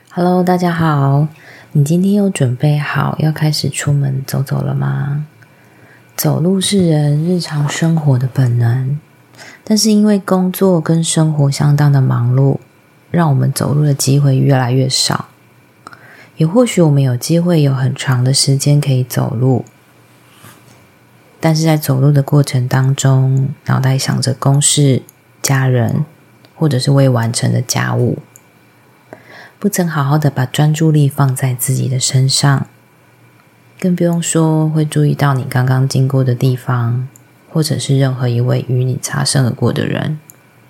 Hello， 大家好，你今天有准备好要开始出门走走了吗？走路是人日常生活的本能，但是因为工作跟生活相当的忙碌，让我们走路的机会越来越少。也或许我们有机会有很长的时间可以走路，但是在走路的过程当中，脑袋想着公事、家人，或者是未完成的家务，不曾好好的把专注力放在自己的身上，更不用说会注意到你刚刚经过的地方，或者是任何一位与你擦身而过的人。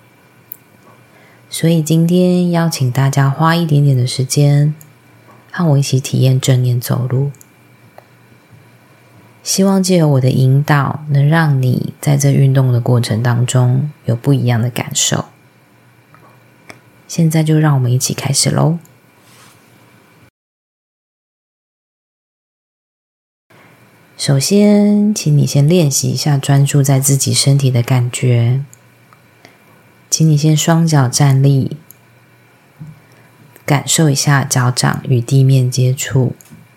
所以今天邀请大家花一点点的时间，和我一起体验正念走路。希望藉由我的引导，能让你在这运动的过程当中有不一样的感受。现在就让我们一起开始咯。首先，请你先练习一下专注在自己身体的感觉。请你先双脚站立，感受一下脚掌与地面接触。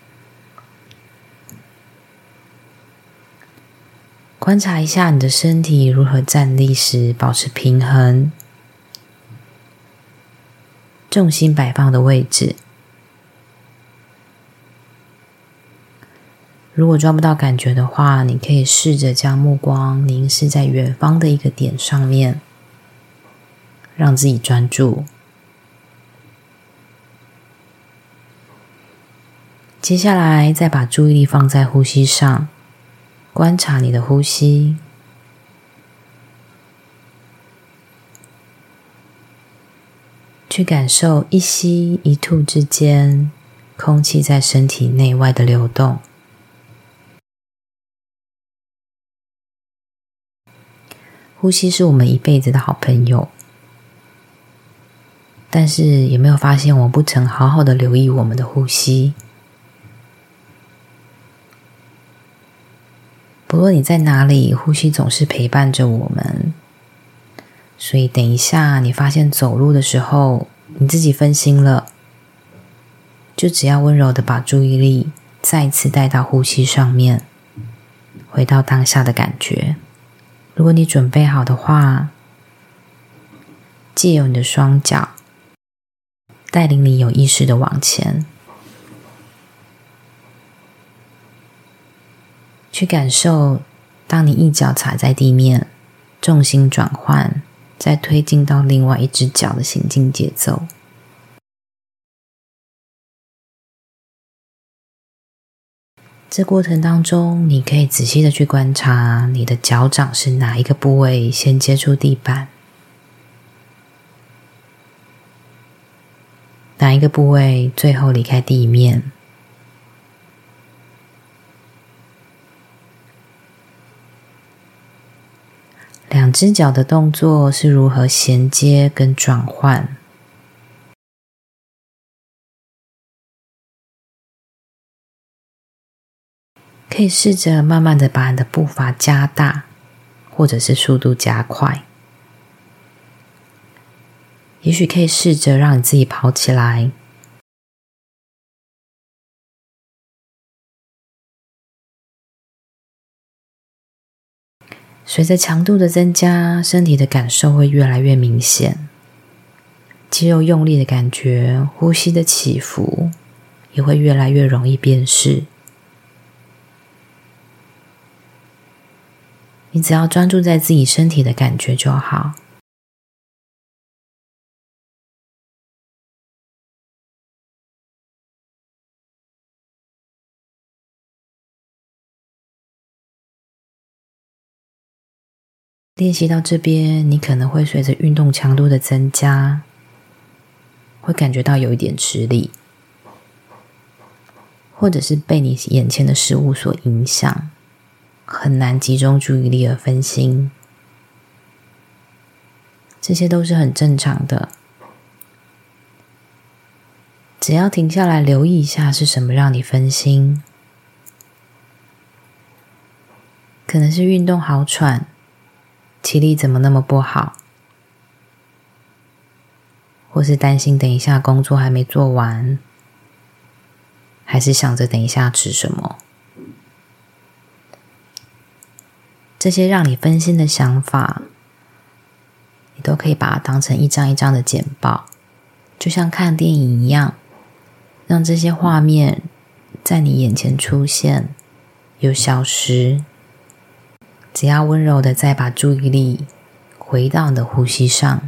观察一下你的身体如何站立时保持平衡，重心摆放的位置。如果抓不到感觉的话，你可以试着将目光凝视在远方的一个点上面，让自己专注。接下来再把注意力放在呼吸上，观察你的呼吸。去感受一吸一吐之间，空气在身体内外的流动。呼吸是我们一辈子的好朋友，但是有没有发现我们不曾好好的留意我们的呼吸？不论你在哪里，呼吸总是陪伴着我们。所以等一下你发现走路的时候你自己分心了，就只要温柔的把注意力再次带到呼吸上面，回到当下的感觉。如果你准备好的话，借由你的双脚带领你有意识的往前，去感受当你一脚踩在地面，重心转换，再推进到另外一只脚的行进节奏。这过程当中，你可以仔细的去观察你的脚掌是哪一个部位先接触地板，哪一个部位最后离开地面。两只脚的动作是如何衔接跟转换。可以试着慢慢的把你的步伐加大，或者是速度加快。也许可以试着让你自己跑起来。随着强度的增加，身体的感受会越来越明显。肌肉用力的感觉，呼吸的起伏，也会越来越容易辨识。你只要专注在自己身体的感觉就好。练习到这边，你可能会随着运动强度的增加，会感觉到有一点吃力，或者是被你眼前的事物所影响，很难集中注意力而分心。这些都是很正常的。只要停下来留意一下是什么让你分心，可能是运动好喘，体力怎么那么不好， 或是担心等一下工作还没做完，还是想着等一下吃什么。这些让你分心的想法，你都可以把它当成一张一张的简报，就像看电影一样，让这些画面在你眼前出现又消失。只要温柔的再把注意力回到你的呼吸上，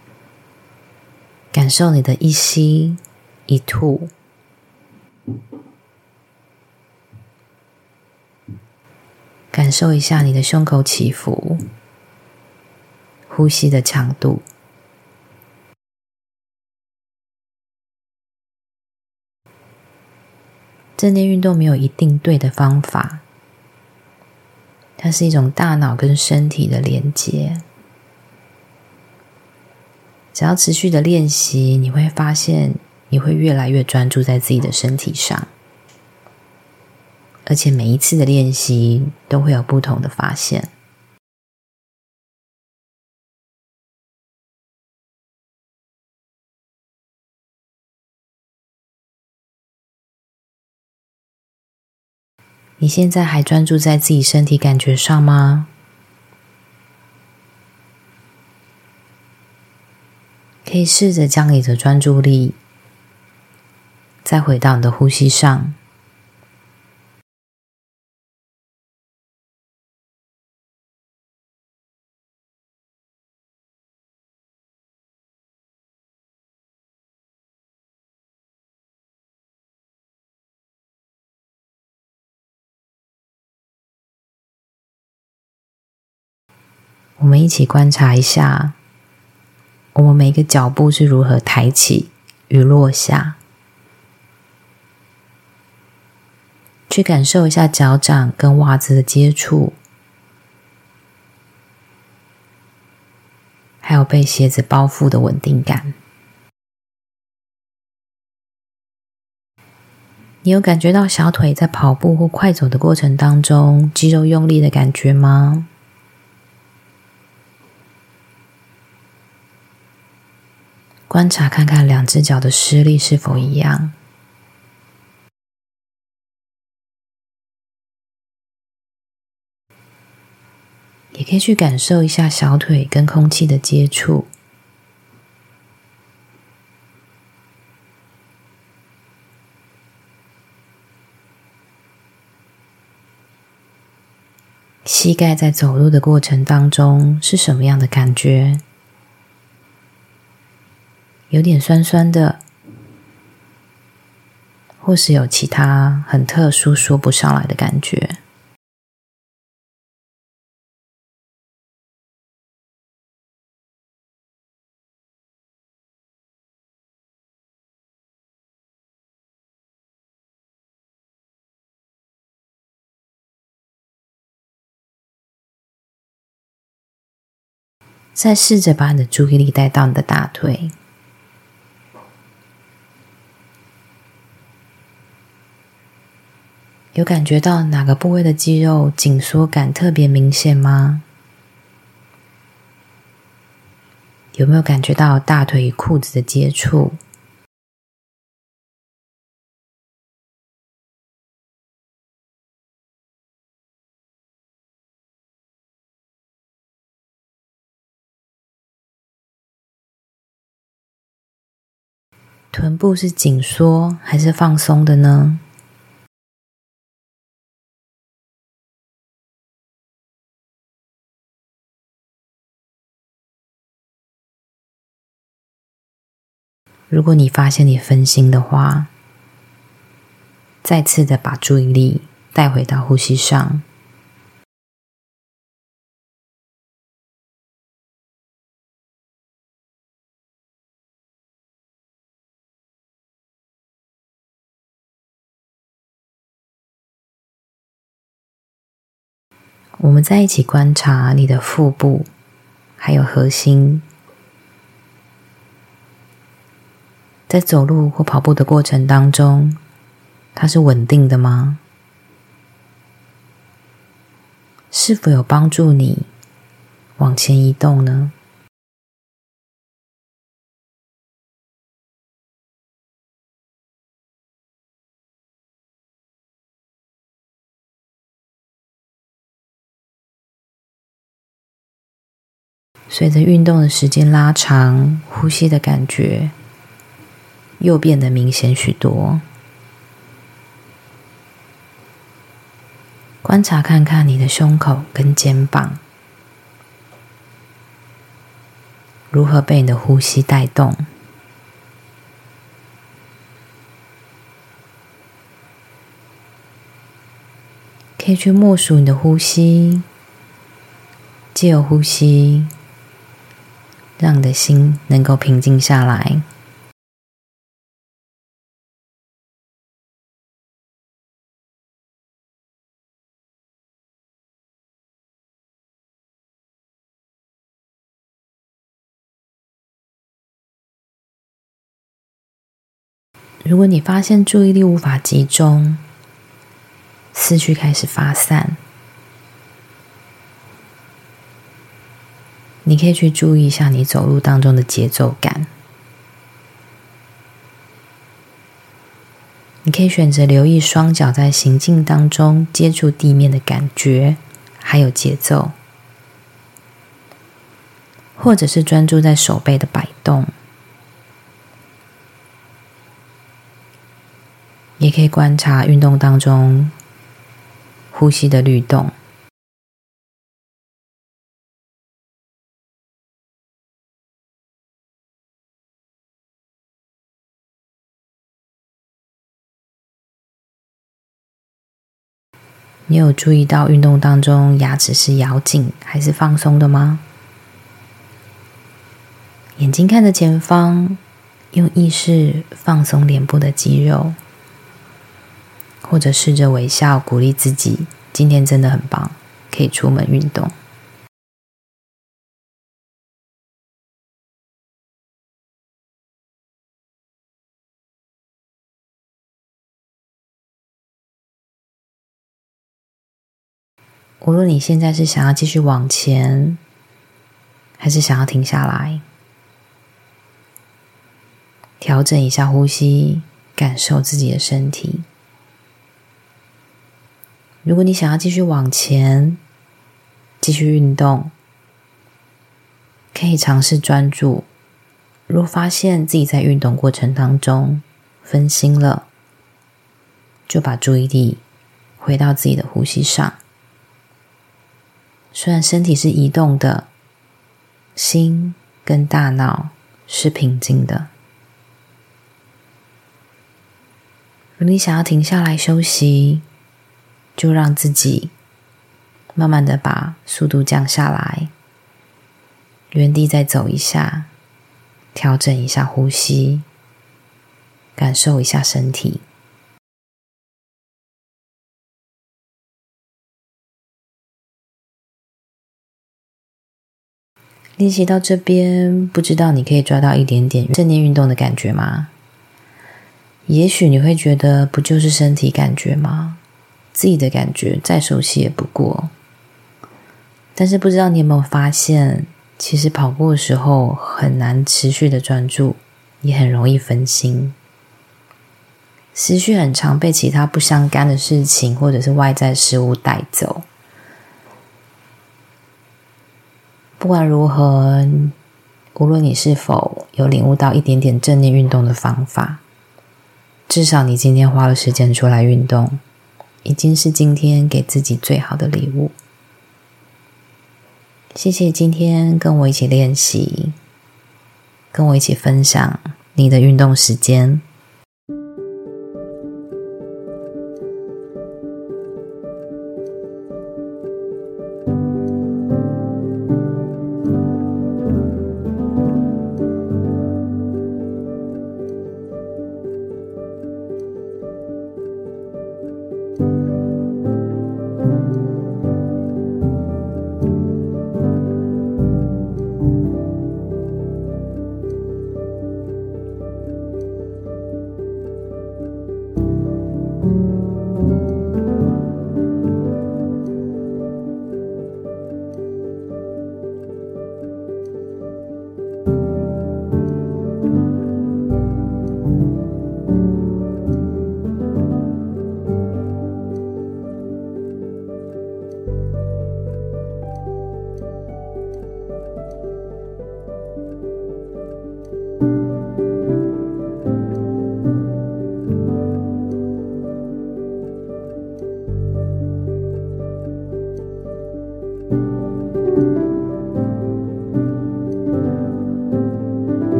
感受你的一吸一吐，感受一下你的胸口起伏，呼吸的强度。正念运动没有一定对的方法，它是一种大脑跟身体的连结。只要持续的练习，你会发现你会越来越专注在自己的身体上，而且每一次的练习都会有不同的发现。你现在还专注在自己身体感觉上吗？可以试着将你的专注力再回到你的呼吸上。我们一起观察一下，我们每个脚步是如何抬起与落下，去感受一下脚掌跟袜子的接触，还有被鞋子包覆的稳定感。你有感觉到小腿在跑步或快走的过程当中肌肉用力的感觉吗？观察看看两只脚的施力是否一样。也可以去感受一下小腿跟空气的接触。膝盖在走路的过程当中是什么样的感觉？有点酸酸的，或是有其他很特殊说不上来的感觉。再试着把你的注意力带到你的大腿，有感觉到哪个部位的肌肉紧缩感特别明显吗？有没有感觉到大腿与裤子的接触？臀部是紧缩还是放松的呢？如果你发现你分心的话，再次的把注意力带回到呼吸上。我们在一起观察你的腹部，还有核心。在走路或跑步的过程当中，它是稳定的吗？是否有帮助你往前移动呢？ 随着运动的时间拉长，呼吸的感觉又变得明显许多。观察看看你的胸口跟肩膀如何被你的呼吸带动。可以去默数你的呼吸，藉由呼吸让你的心能够平静下来。如果你发现注意力无法集中，思绪开始发散，你可以去注意一下你走路当中的节奏感。你可以选择留意双脚在行进当中接触地面的感觉，还有节奏，或者是专注在手背的摆动。也可以观察运动当中呼吸的律动。你有注意到运动当中牙齿是咬紧还是放松的吗？眼睛看着前方，用意识放松脸部的肌肉，或者试着微笑鼓励自己，今天真的很棒，可以出门运动。无论你现在是想要继续往前，还是想要停下来，调整一下呼吸，感受自己的身体。如果你想要继续往前，继续运动，可以尝试专注。如果发现自己在运动过程当中分心了，就把注意力回到自己的呼吸上。虽然身体是移动的，心跟大脑是平静的。如果你想要停下来休息，就让自己慢慢的把速度降下来，原地再走一下，调整一下呼吸，感受一下身体。练习到这边，不知道你可以抓到一点点正念运动的感觉吗？也许你会觉得不就是身体感觉吗？自己的感觉再熟悉也不过。但是不知道你有没有发现，其实跑步的时候很难持续的专注，也很容易分心。思绪很常被其他不相干的事情或者是外在事物带走。不管如何，无论你是否有领悟到一点点正念运动的方法，至少你今天花了时间出来运动，已经是今天给自己最好的礼物。谢谢今天跟我一起练习，跟我一起分享你的运动时间。